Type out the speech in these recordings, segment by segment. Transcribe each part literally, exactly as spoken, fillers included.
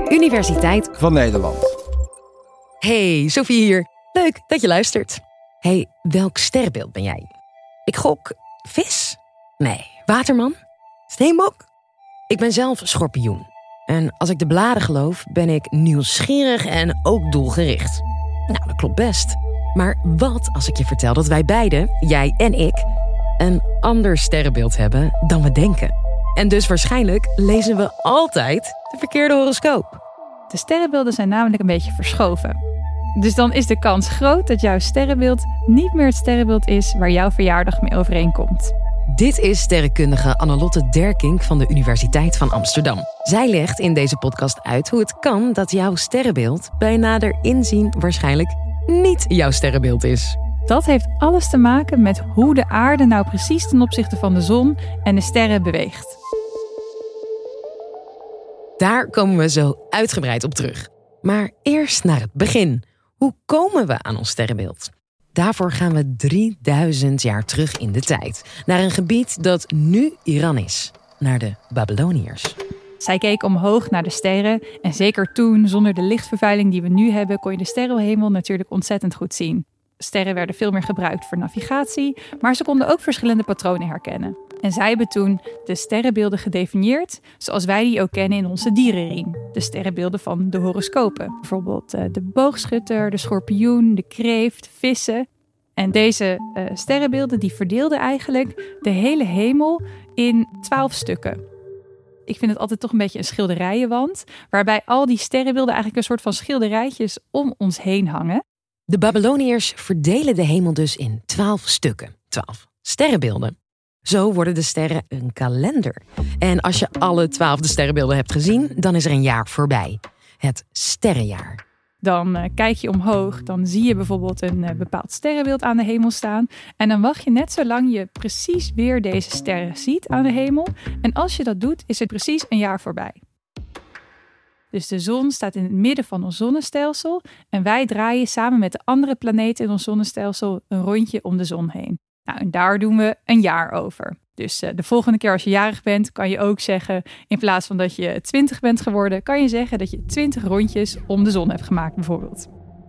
Universiteit van Nederland. Hey, Sophie hier. Leuk dat je luistert. Hey, welk sterrenbeeld ben jij? Ik gok vis? Nee, waterman? Steenbok? Ik ben zelf schorpioen. En als ik de bladen geloof, ben ik nieuwsgierig en ook doelgericht. Nou, dat klopt best. Maar wat als ik je vertel dat wij beiden, jij en ik, een ander sterrenbeeld hebben dan we denken? En dus waarschijnlijk lezen we altijd de verkeerde horoscoop. De sterrenbeelden zijn namelijk een beetje verschoven. Dus dan is de kans groot dat jouw sterrenbeeld niet meer het sterrenbeeld is waar jouw verjaardag mee overeenkomt. Dit is sterrenkundige Annelotte Derkink van de Universiteit van Amsterdam. Zij legt in deze podcast uit hoe het kan dat jouw sterrenbeeld bij nader inzien waarschijnlijk niet jouw sterrenbeeld is. Dat heeft alles te maken met hoe de aarde nou precies ten opzichte van de zon en de sterren beweegt. Daar komen we zo uitgebreid op terug. Maar eerst naar het begin. Hoe komen we aan ons sterrenbeeld? Daarvoor gaan we drieduizend jaar terug in de tijd. Naar een gebied dat nu Iran is. Naar de Babyloniërs. Zij keken omhoog naar de sterren en zeker toen, zonder de lichtvervuiling die we nu hebben, kon je de sterrenhemel natuurlijk ontzettend goed zien. Sterren werden veel meer gebruikt voor navigatie, maar ze konden ook verschillende patronen herkennen. En zij hebben toen de sterrenbeelden gedefinieerd, zoals wij die ook kennen in onze dierenriem. De sterrenbeelden van de horoscopen. Bijvoorbeeld de boogschutter, de schorpioen, de kreeft, vissen. En deze uh, sterrenbeelden die verdeelden eigenlijk de hele hemel in twaalf stukken. Ik vind het altijd toch een beetje een schilderijenwand, waarbij al die sterrenbeelden eigenlijk een soort van schilderijtjes om ons heen hangen. De Babyloniërs verdelen de hemel dus in twaalf stukken, twaalf sterrenbeelden. Zo worden de sterren een kalender. En als je alle twaalf de sterrenbeelden hebt gezien, dan is er een jaar voorbij. Het sterrenjaar. Dan uh, kijk je omhoog, dan zie je bijvoorbeeld een uh, bepaald sterrenbeeld aan de hemel staan. En dan wacht je net zolang je precies weer deze sterren ziet aan de hemel. En als je dat doet, is het precies een jaar voorbij. Dus de zon staat in het midden van ons zonnestelsel. En wij draaien samen met de andere planeten in ons zonnestelsel een rondje om de zon heen. Nou, en daar doen we een jaar over. Dus uh, de volgende keer als je jarig bent, kan je ook zeggen, in plaats van dat je twintig bent geworden, kan je zeggen dat je twintig rondjes om de zon hebt gemaakt, bijvoorbeeld.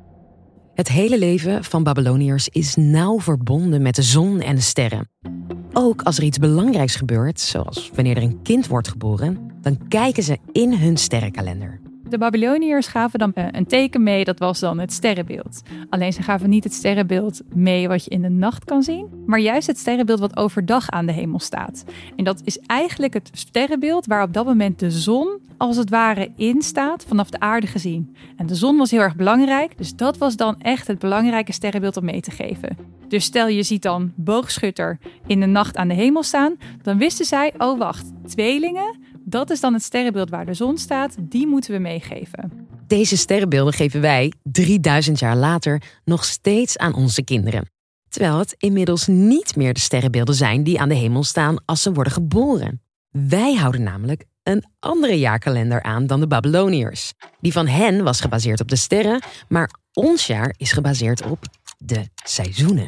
Het hele leven van Babyloniërs is nauw verbonden met de zon en de sterren. Ook als er iets belangrijks gebeurt, zoals wanneer er een kind wordt geboren, dan kijken ze in hun sterrenkalender. De Babyloniërs gaven dan een teken mee, dat was dan het sterrenbeeld. Alleen ze gaven niet het sterrenbeeld mee wat je in de nacht kan zien, maar juist het sterrenbeeld wat overdag aan de hemel staat. En dat is eigenlijk het sterrenbeeld waar op dat moment de zon als het ware in staat vanaf de aarde gezien. En de zon was heel erg belangrijk, dus dat was dan echt het belangrijke sterrenbeeld om mee te geven. Dus stel je ziet dan boogschutter in de nacht aan de hemel staan, dan wisten zij, oh wacht, tweelingen, dat is dan het sterrenbeeld waar de zon staat, die moeten we meegeven. Deze sterrenbeelden geven wij, drieduizend jaar later, nog steeds aan onze kinderen. Terwijl het inmiddels niet meer de sterrenbeelden zijn die aan de hemel staan als ze worden geboren. Wij houden namelijk een andere jaarkalender aan dan de Babyloniërs. Die van hen was gebaseerd op de sterren, maar ons jaar is gebaseerd op de seizoenen.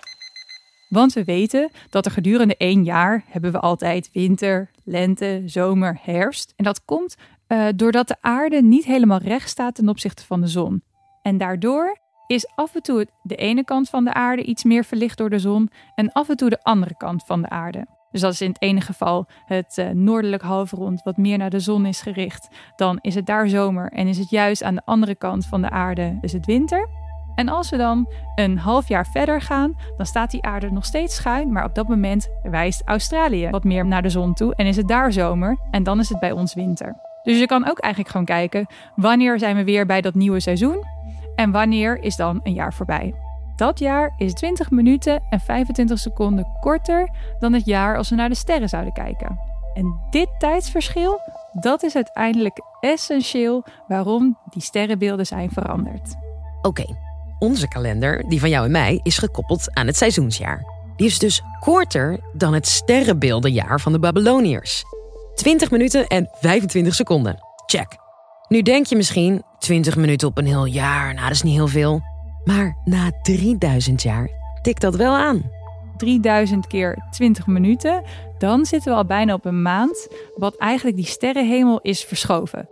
Want we weten dat er gedurende één jaar hebben we altijd winter, lente, zomer, herfst. En dat komt uh, doordat de aarde niet helemaal recht staat ten opzichte van de zon. En daardoor is af en toe de ene kant van de aarde iets meer verlicht door de zon en af en toe de andere kant van de aarde. Dus dat is in het ene geval het uh, noordelijk halfrond wat meer naar de zon is gericht. Dan is het daar zomer en is het juist aan de andere kant van de aarde is het winter. En als we dan een half jaar verder gaan, dan staat die aarde nog steeds schuin. Maar op dat moment wijst Australië wat meer naar de zon toe en is het daar zomer. En dan is het bij ons winter. Dus je kan ook eigenlijk gewoon kijken, wanneer zijn we weer bij dat nieuwe seizoen? En wanneer is dan een jaar voorbij? Dat jaar is twintig minuten en vijfentwintig seconden korter dan het jaar als we naar de sterren zouden kijken. En dit tijdsverschil, dat is uiteindelijk essentieel waarom die sterrenbeelden zijn veranderd. Oké. Okay. Onze kalender, die van jou en mij, is gekoppeld aan het seizoensjaar. Die is dus korter dan het sterrenbeeldenjaar van de Babyloniërs. twintig minuten en vijfentwintig seconden. Check. Nu denk je misschien, twintig minuten op een heel jaar, nou dat is niet heel veel. Maar na drieduizend jaar tikt dat wel aan. drieduizend keer twintig minuten, dan zitten we al bijna op een maand, wat eigenlijk die sterrenhemel is verschoven.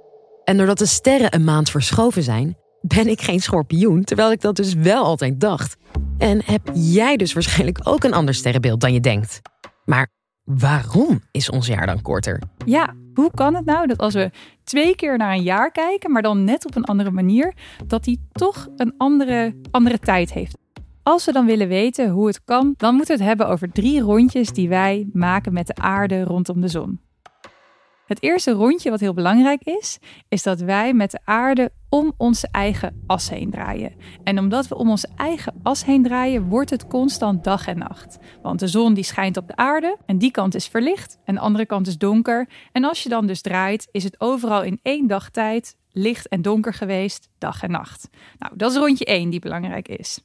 En doordat de sterren een maand verschoven zijn, ben ik geen schorpioen, terwijl ik dat dus wel altijd dacht. En heb jij dus waarschijnlijk ook een ander sterrenbeeld dan je denkt. Maar waarom is ons jaar dan korter? Ja, hoe kan het nou dat als we twee keer naar een jaar kijken, maar dan net op een andere manier, dat die toch een andere, andere tijd heeft? Als we dan willen weten hoe het kan, dan moeten we het hebben over drie rondjes die wij maken met de aarde rondom de zon. Het eerste rondje wat heel belangrijk is, is dat wij met de aarde om onze eigen as heen draaien. En omdat we om onze eigen as heen draaien, wordt het constant dag en nacht. Want de zon die schijnt op de aarde en die kant is verlicht en de andere kant is donker. En als je dan dus draait, is het overal in één dag tijd licht en donker geweest, dag en nacht. Nou, dat is rondje één die belangrijk is.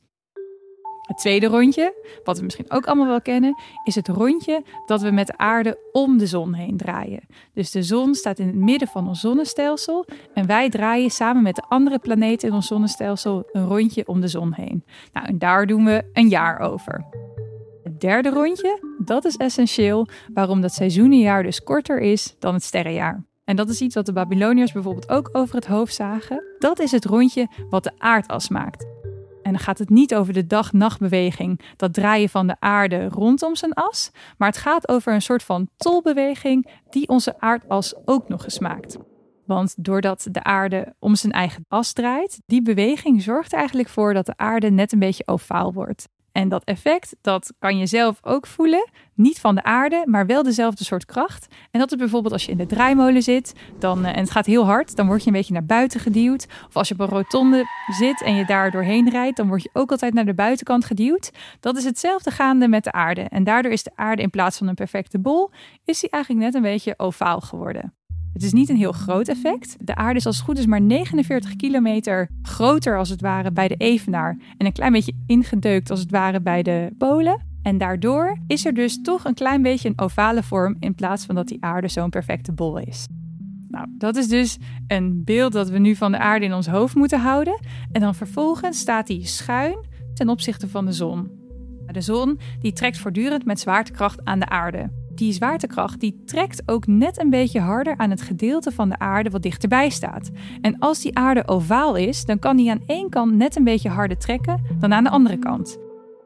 Het tweede rondje, wat we misschien ook allemaal wel kennen, is het rondje dat we met de aarde om de zon heen draaien. Dus de zon staat in het midden van ons zonnestelsel en wij draaien samen met de andere planeten in ons zonnestelsel een rondje om de zon heen. Nou, en daar doen we een jaar over. Het derde rondje, dat is essentieel waarom dat seizoenenjaar dus korter is dan het sterrenjaar. En dat is iets wat de Babyloniërs bijvoorbeeld ook over het hoofd zagen. Dat is het rondje wat de aardas maakt. En dan gaat het niet over de dag-nachtbeweging, dat draaien van de aarde rondom zijn as. Maar het gaat over een soort van tolbeweging die onze aardas ook nog eens maakt. Want doordat de aarde om zijn eigen as draait, die beweging zorgt er eigenlijk voor dat de aarde net een beetje ovaal wordt. En dat effect, dat kan je zelf ook voelen. Niet van de aarde, maar wel dezelfde soort kracht. En dat is bijvoorbeeld als je in de draaimolen zit dan, en het gaat heel hard, dan word je een beetje naar buiten geduwd. Of als je op een rotonde zit en je daar doorheen rijdt, dan word je ook altijd naar de buitenkant geduwd. Dat is hetzelfde gaande met de aarde. En daardoor is de aarde in plaats van een perfecte bol, is die eigenlijk net een beetje ovaal geworden. Het is niet een heel groot effect. De aarde is als het goed is maar negenenveertig kilometer groter als het ware bij de evenaar. En een klein beetje ingedeukt als het ware bij de polen. En daardoor is er dus toch een klein beetje een ovale vorm in plaats van dat die aarde zo'n perfecte bol is. Nou, dat is dus een beeld dat we nu van de aarde in ons hoofd moeten houden. En dan vervolgens staat die schuin ten opzichte van de zon. De zon die trekt voortdurend met zwaartekracht aan de aarde. Die zwaartekracht die trekt ook net een beetje harder aan het gedeelte van de aarde wat dichterbij staat. En als die aarde ovaal is, dan kan die aan één kant net een beetje harder trekken dan aan de andere kant.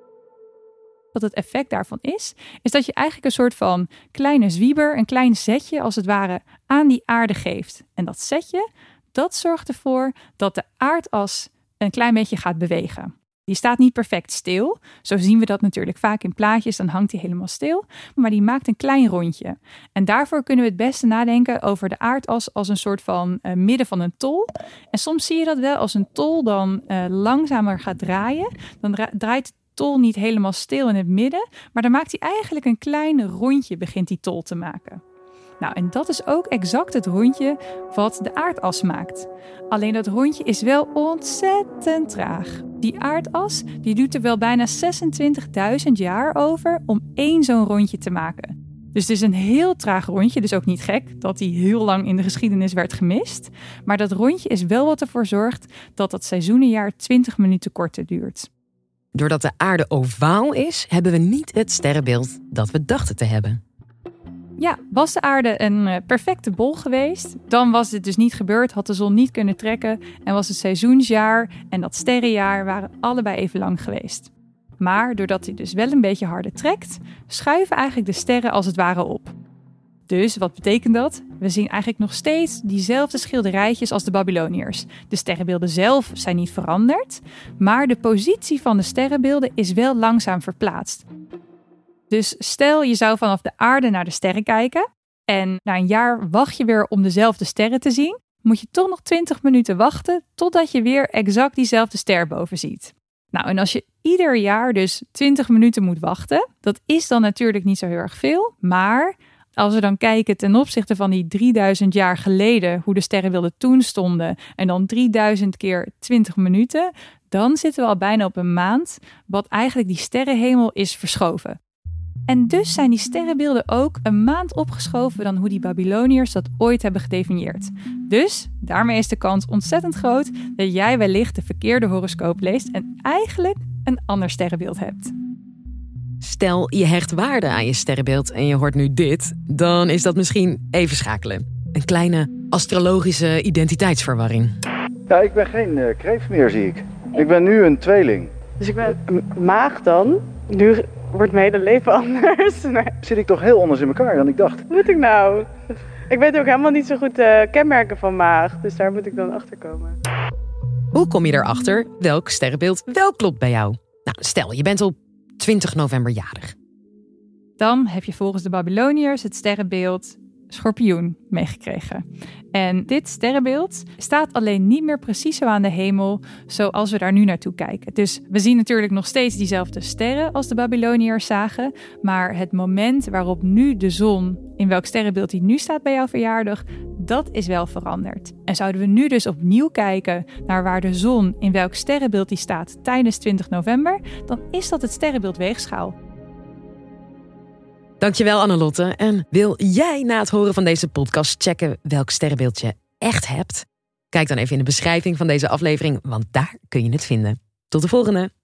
Wat het effect daarvan is, is dat je eigenlijk een soort van kleine zwieber, een klein zetje als het ware, aan die aarde geeft. En dat zetje, dat zorgt ervoor dat de aardas een klein beetje gaat bewegen. Die staat niet perfect stil. Zo zien we dat natuurlijk vaak in plaatjes, dan hangt die helemaal stil. Maar die maakt een klein rondje. En daarvoor kunnen we het beste nadenken over de aardas als een soort van uh, midden van een tol. En soms zie je dat wel als een tol dan uh, langzamer gaat draaien. Dan dra- draait de tol niet helemaal stil in het midden. Maar dan maakt hij eigenlijk een klein rondje, begint die tol te maken. Nou, en dat is ook exact het rondje wat de aardas maakt. Alleen dat rondje is wel ontzettend traag. Die aardas die doet er wel bijna zesentwintigduizend jaar over om één zo'n rondje te maken. Dus het is een heel traag rondje, dus ook niet gek dat die heel lang in de geschiedenis werd gemist. Maar dat rondje is wel wat ervoor zorgt dat dat seizoenenjaar twintig minuten korter duurt. Doordat de aarde ovaal is, hebben we niet het sterrenbeeld dat we dachten te hebben. Ja, was de aarde een perfecte bol geweest, dan was dit dus niet gebeurd, had de zon niet kunnen trekken en was het seizoensjaar en dat sterrenjaar waren allebei even lang geweest. Maar doordat hij dus wel een beetje harder trekt, schuiven eigenlijk de sterren als het ware op. Dus wat betekent dat? We zien eigenlijk nog steeds diezelfde schilderijtjes als de Babyloniërs. De sterrenbeelden zelf zijn niet veranderd, maar de positie van de sterrenbeelden is wel langzaam verplaatst. Dus stel je zou vanaf de aarde naar de sterren kijken en na een jaar wacht je weer om dezelfde sterren te zien, moet je toch nog twintig minuten wachten totdat je weer exact diezelfde ster boven ziet. Nou, en als je ieder jaar dus twintig minuten moet wachten, dat is dan natuurlijk niet zo heel erg veel, maar als we dan kijken ten opzichte van die drieduizend jaar geleden, hoe de sterrenbeelden toen stonden en dan drieduizend keer twintig minuten, dan zitten we al bijna op een maand, wat eigenlijk die sterrenhemel is verschoven. En dus zijn die sterrenbeelden ook een maand opgeschoven dan hoe die Babyloniërs dat ooit hebben gedefinieerd. Dus daarmee is de kans ontzettend groot dat jij wellicht de verkeerde horoscoop leest en eigenlijk een ander sterrenbeeld hebt. Stel, je hecht waarde aan je sterrenbeeld en je hoort nu dit, dan is dat misschien even schakelen. Een kleine astrologische identiteitsverwarring. Ja, ik ben geen uh, kreeft meer, zie ik. Ik ben nu een tweeling. Dus ik ben maag dan? Nu wordt mijn hele leven anders. Nee. Zit ik toch heel anders in elkaar dan ik dacht. Wat moet ik nou? Ik weet ook helemaal niet zo goed de uh, kenmerken van maag. Dus daar moet ik dan achter komen. Hoe kom je erachter welk sterrenbeeld wel klopt bij jou? Nou, stel, je bent op twintig november jarig. Dan heb je volgens de Babyloniërs het sterrenbeeld Schorpioen meegekregen. En dit sterrenbeeld staat alleen niet meer precies zo aan de hemel zoals we daar nu naartoe kijken. Dus we zien natuurlijk nog steeds diezelfde sterren als de Babyloniërs zagen, maar het moment waarop nu de zon, in welk sterrenbeeld die nu staat bij jouw verjaardag, dat is wel veranderd. En zouden we nu dus opnieuw kijken naar waar de zon, in welk sterrenbeeld die staat tijdens twintig november, dan is dat het sterrenbeeld Weegschaal. Dankjewel Annelotte. En wil jij na het horen van deze podcast checken welk sterrenbeeld je echt hebt? Kijk dan even in de beschrijving van deze aflevering, want daar kun je het vinden. Tot de volgende!